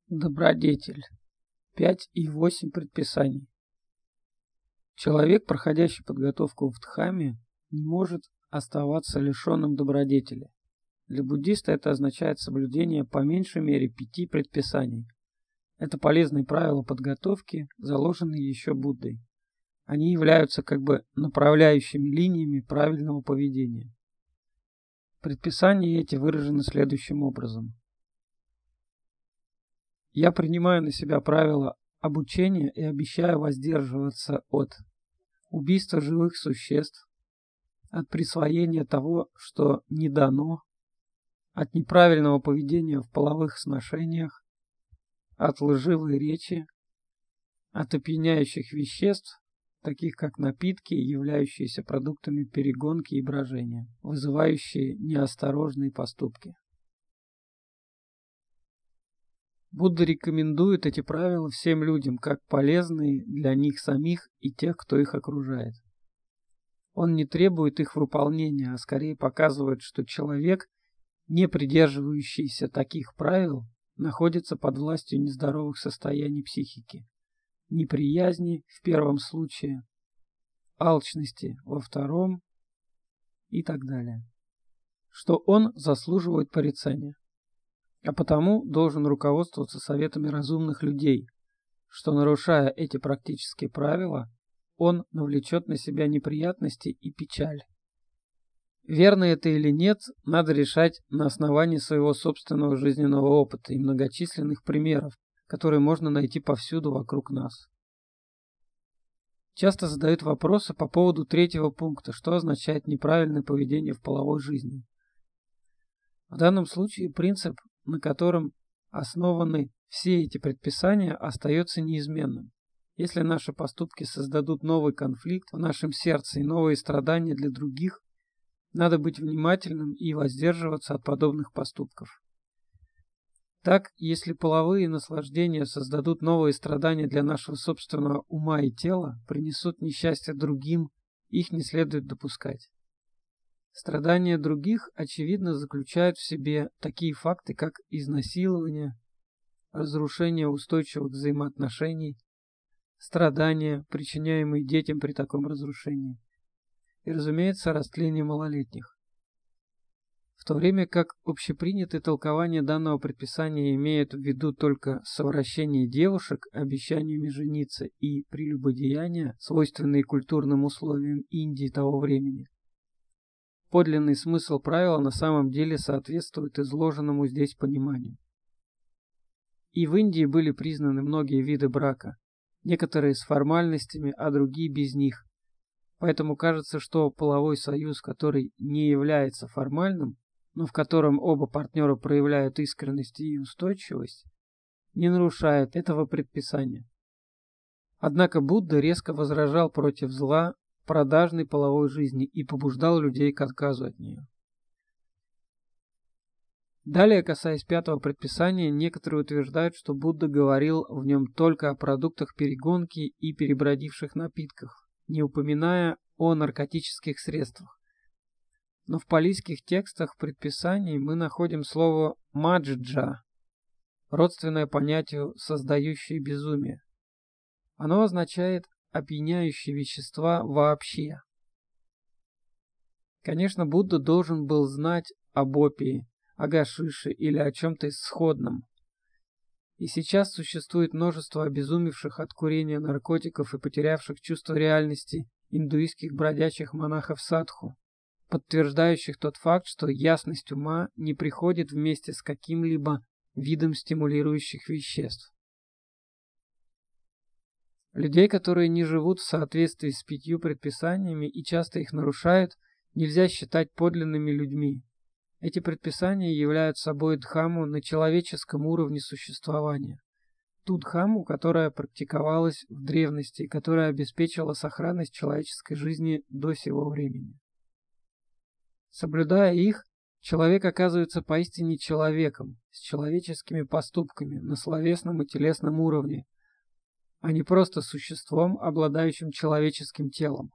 Добродетель. 5,8 предписаний. Человек, проходящий подготовку в Дхамме, не может оставаться лишенным добродетели. Для буддиста это означает соблюдение по меньшей мере 5 предписаний. Это полезные правила подготовки, заложенные еще Буддой. Они являются как бы направляющими линиями правильного поведения. Предписания эти выражены следующим образом. Я принимаю на себя правила обучения и обещаю воздерживаться от убийства живых существ, от присвоения того, что не дано, от неправильного поведения в половых сношениях, от лживой речи, от опьяняющих веществ, таких как напитки, являющиеся продуктами перегонки и брожения, вызывающие неосторожные поступки. Будда рекомендует эти правила всем людям как полезные для них самих и тех, кто их окружает. Он не требует их выполнения, а скорее показывает, что человек, не придерживающийся таких правил, находится под властью нездоровых состояний психики, неприязни в первом случае, алчности во втором и так далее, что он заслуживает порицания. А потому должен руководствоваться советами разумных людей, что, нарушая эти практические правила, он навлечет на себя неприятности и печаль. Верно это или нет, надо решать на основании своего собственного жизненного опыта и многочисленных примеров, которые можно найти повсюду вокруг нас. Часто задают вопросы по поводу третьего пункта, что означает неправильное поведение в половой жизни. В данном случае принцип, на котором основаны все эти предписания, остается неизменным. Если наши поступки создадут новый конфликт в нашем сердце и новые страдания для других, надо быть внимательным и воздерживаться от подобных поступков. Так, если половые наслаждения создадут новые страдания для нашего собственного ума и тела, принесут несчастье другим, их не следует допускать. Страдания других, очевидно, заключают в себе такие факты, как изнасилование, разрушение устойчивых взаимоотношений, страдания, причиняемые детям при таком разрушении, и, разумеется, растление малолетних. В то время как общепринятые толкования данного предписания имеют в виду только совращение девушек, обещаниями жениться и прелюбодеяния, свойственные культурным условиям Индии того времени, подлинный смысл правила на самом деле соответствует изложенному здесь пониманию. И в Индии были признаны многие виды брака, некоторые с формальностями, а другие без них. Поэтому кажется, что половой союз, который не является формальным, но в котором оба партнера проявляют искренность и устойчивость, не нарушает этого предписания. Однако Будда резко возражал против зла продажной половой жизни и побуждал людей к отказу от нее. Далее, касаясь пятого предписания, некоторые утверждают, что Будда говорил в нем только о продуктах перегонки и перебродивших напитках, не упоминая о наркотических средствах. Но в палийских текстах предписаний мы находим слово «маджджа», родственное понятию «создающее безумие». Оно означает опьяняющие вещества вообще. Конечно, Будда должен был знать об опии, о гашише или о чем-то сходном. И сейчас существует множество обезумевших от курения наркотиков и потерявших чувство реальности индуистских бродячих монахов-садху, подтверждающих тот факт, что ясность ума не приходит вместе с каким-либо видом стимулирующих веществ. Людей, которые не живут в соответствии с 5 предписаниями и часто их нарушают, нельзя считать подлинными людьми. Эти предписания являются собой дхамму на человеческом уровне существования. Ту дхамму, которая практиковалась в древности и которая обеспечила сохранность человеческой жизни до сего времени. Соблюдая их, человек оказывается поистине человеком, с человеческими поступками на словесном и телесном уровне, а не просто существом, обладающим человеческим телом.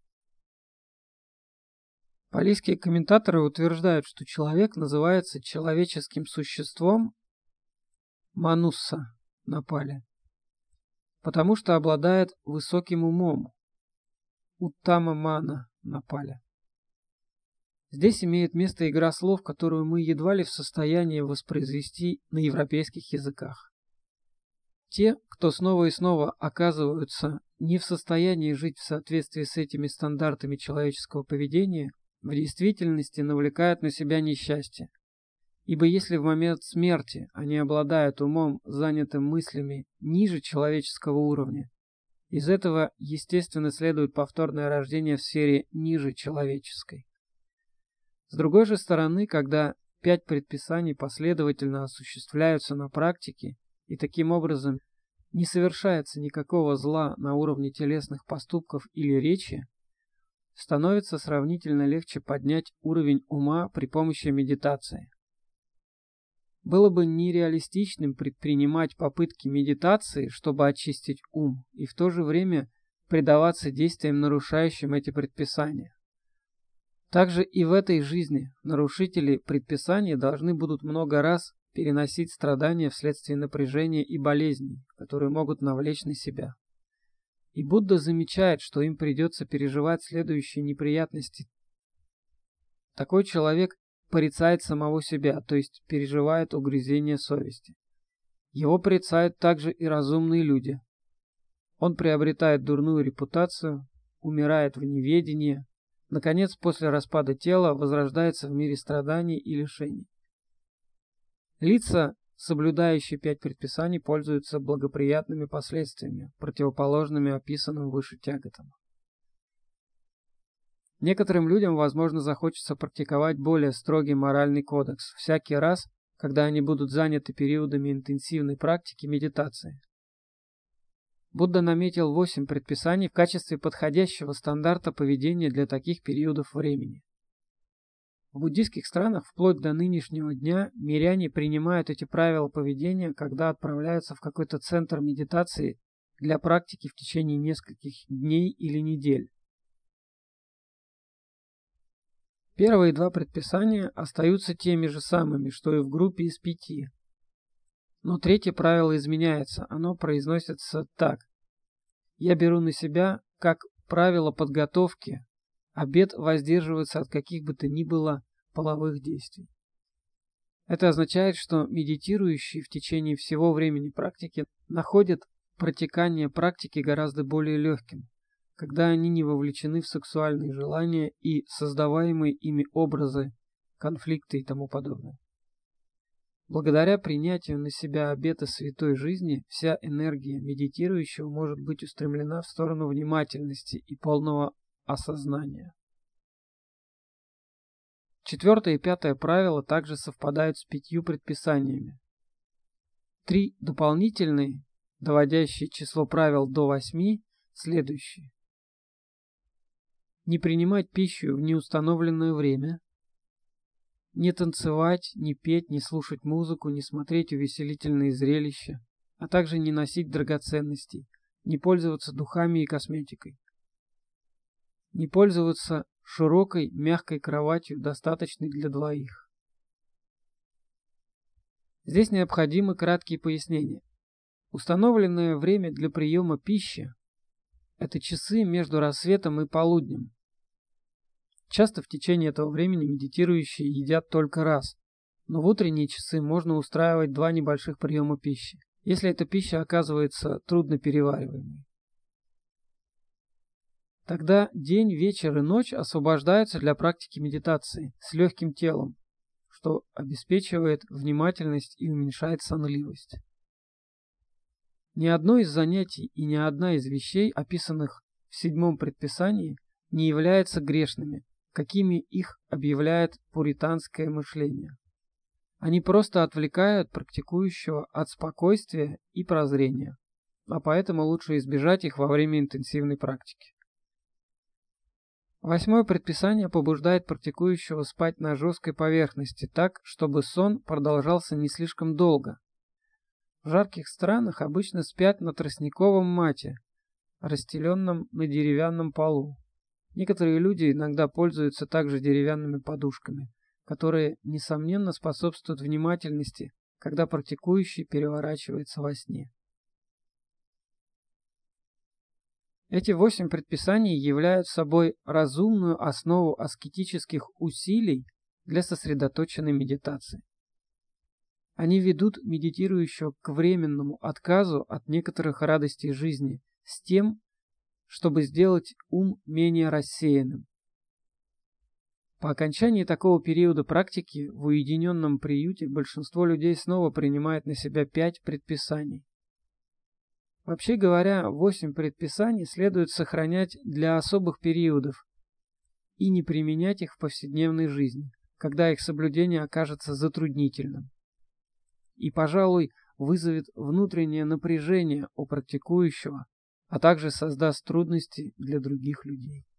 Палийские комментаторы утверждают, что человек называется человеческим существом манусса на пале, потому что обладает высоким умом, уттама мана на пале. Здесь имеет место игра слов, которую мы едва ли в состоянии воспроизвести на европейских языках. Те, кто снова и снова оказываются не в состоянии жить в соответствии с этими стандартами человеческого поведения, в действительности навлекают на себя несчастье. Ибо если в момент смерти они обладают умом, занятым мыслями ниже человеческого уровня, из этого, естественно, следует повторное рождение в сфере ниже человеческой. С другой же стороны, когда 5 предписаний последовательно осуществляются на практике, и таким образом не совершается никакого зла на уровне телесных поступков или речи, становится сравнительно легче поднять уровень ума при помощи медитации. Было бы нереалистичным предпринимать попытки медитации, чтобы очистить ум, и в то же время предаваться действиям, нарушающим эти предписания. Также и в этой жизни нарушители предписаний должны будут много раз переносить страдания вследствие напряжения и болезней, которые могут навлечь на себя. И Будда замечает, что им придется переживать следующие неприятности. Такой человек порицает самого себя, то есть переживает угрызение совести. Его порицают также и разумные люди. Он приобретает дурную репутацию, умирает в неведении, наконец, после распада тела возрождается в мире страданий и лишений. Лица, соблюдающие 5 предписаний, пользуются благоприятными последствиями, противоположными описанным выше тяготам. Некоторым людям, возможно, захочется практиковать более строгий моральный кодекс всякий раз, когда они будут заняты периодами интенсивной практики медитации. Будда наметил 8 предписаний в качестве подходящего стандарта поведения для таких периодов времени. В буддийских странах вплоть до нынешнего дня миряне принимают эти правила поведения, когда отправляются в какой-то центр медитации для практики в течение нескольких дней или недель. Первые 2 предписания остаются теми же самыми, что и в группе из 5. Но 3-е правило изменяется, оно произносится так. Я беру на себя, как правило подготовки, обет воздерживаться от каких бы то ни было половых действий. Это означает, что медитирующие в течение всего времени практики находят протекание практики гораздо более легким, когда они не вовлечены в сексуальные желания и создаваемые ими образы, конфликты и тому подобное. Благодаря принятию на себя обета святой жизни, вся энергия медитирующего может быть устремлена в сторону внимательности и полного осознания. 4-е и 5-е правила также совпадают с 5 предписаниями. 3 дополнительные, доводящие число правил до 8, следующие. Не принимать пищу в неустановленное время, не танцевать, не петь, не слушать музыку, не смотреть увеселительные зрелища, а также не носить драгоценностей, не пользоваться духами и косметикой, не пользоваться широкой, мягкой кроватью, достаточной для 2. Здесь необходимы краткие пояснения. Установленное время для приема пищи – это часы между рассветом и полуднем. Часто в течение этого времени медитирующие едят только раз, но в утренние часы можно устраивать 2 небольших приема пищи, если эта пища оказывается трудно перевариваемой. Тогда день, вечер и ночь освобождаются для практики медитации с легким телом, что обеспечивает внимательность и уменьшает сонливость. Ни одно из занятий и ни одна из вещей, описанных в 7-м предписании, не являются грешными, какими их объявляет пуританское мышление. Они просто отвлекают практикующего от спокойствия и прозрения, а поэтому лучше избежать их во время интенсивной практики. 8-е предписание побуждает практикующего спать на жесткой поверхности так, чтобы сон продолжался не слишком долго. В жарких странах обычно спят на тростниковом мате, расстеленном на деревянном полу. Некоторые люди иногда пользуются также деревянными подушками, которые, несомненно, способствуют внимательности, когда практикующий переворачивается во сне. Эти 8 предписаний являют собой разумную основу аскетических усилий для сосредоточенной медитации. Они ведут медитирующего к временному отказу от некоторых радостей жизни с тем, чтобы сделать ум менее рассеянным. По окончании такого периода практики в уединенном приюте большинство людей снова принимает на себя 5 предписаний. Вообще говоря, 8 предписаний следует сохранять для особых периодов и не применять их в повседневной жизни, когда их соблюдение окажется затруднительным и, пожалуй, вызовет внутреннее напряжение у практикующего, а также создаст трудности для других людей.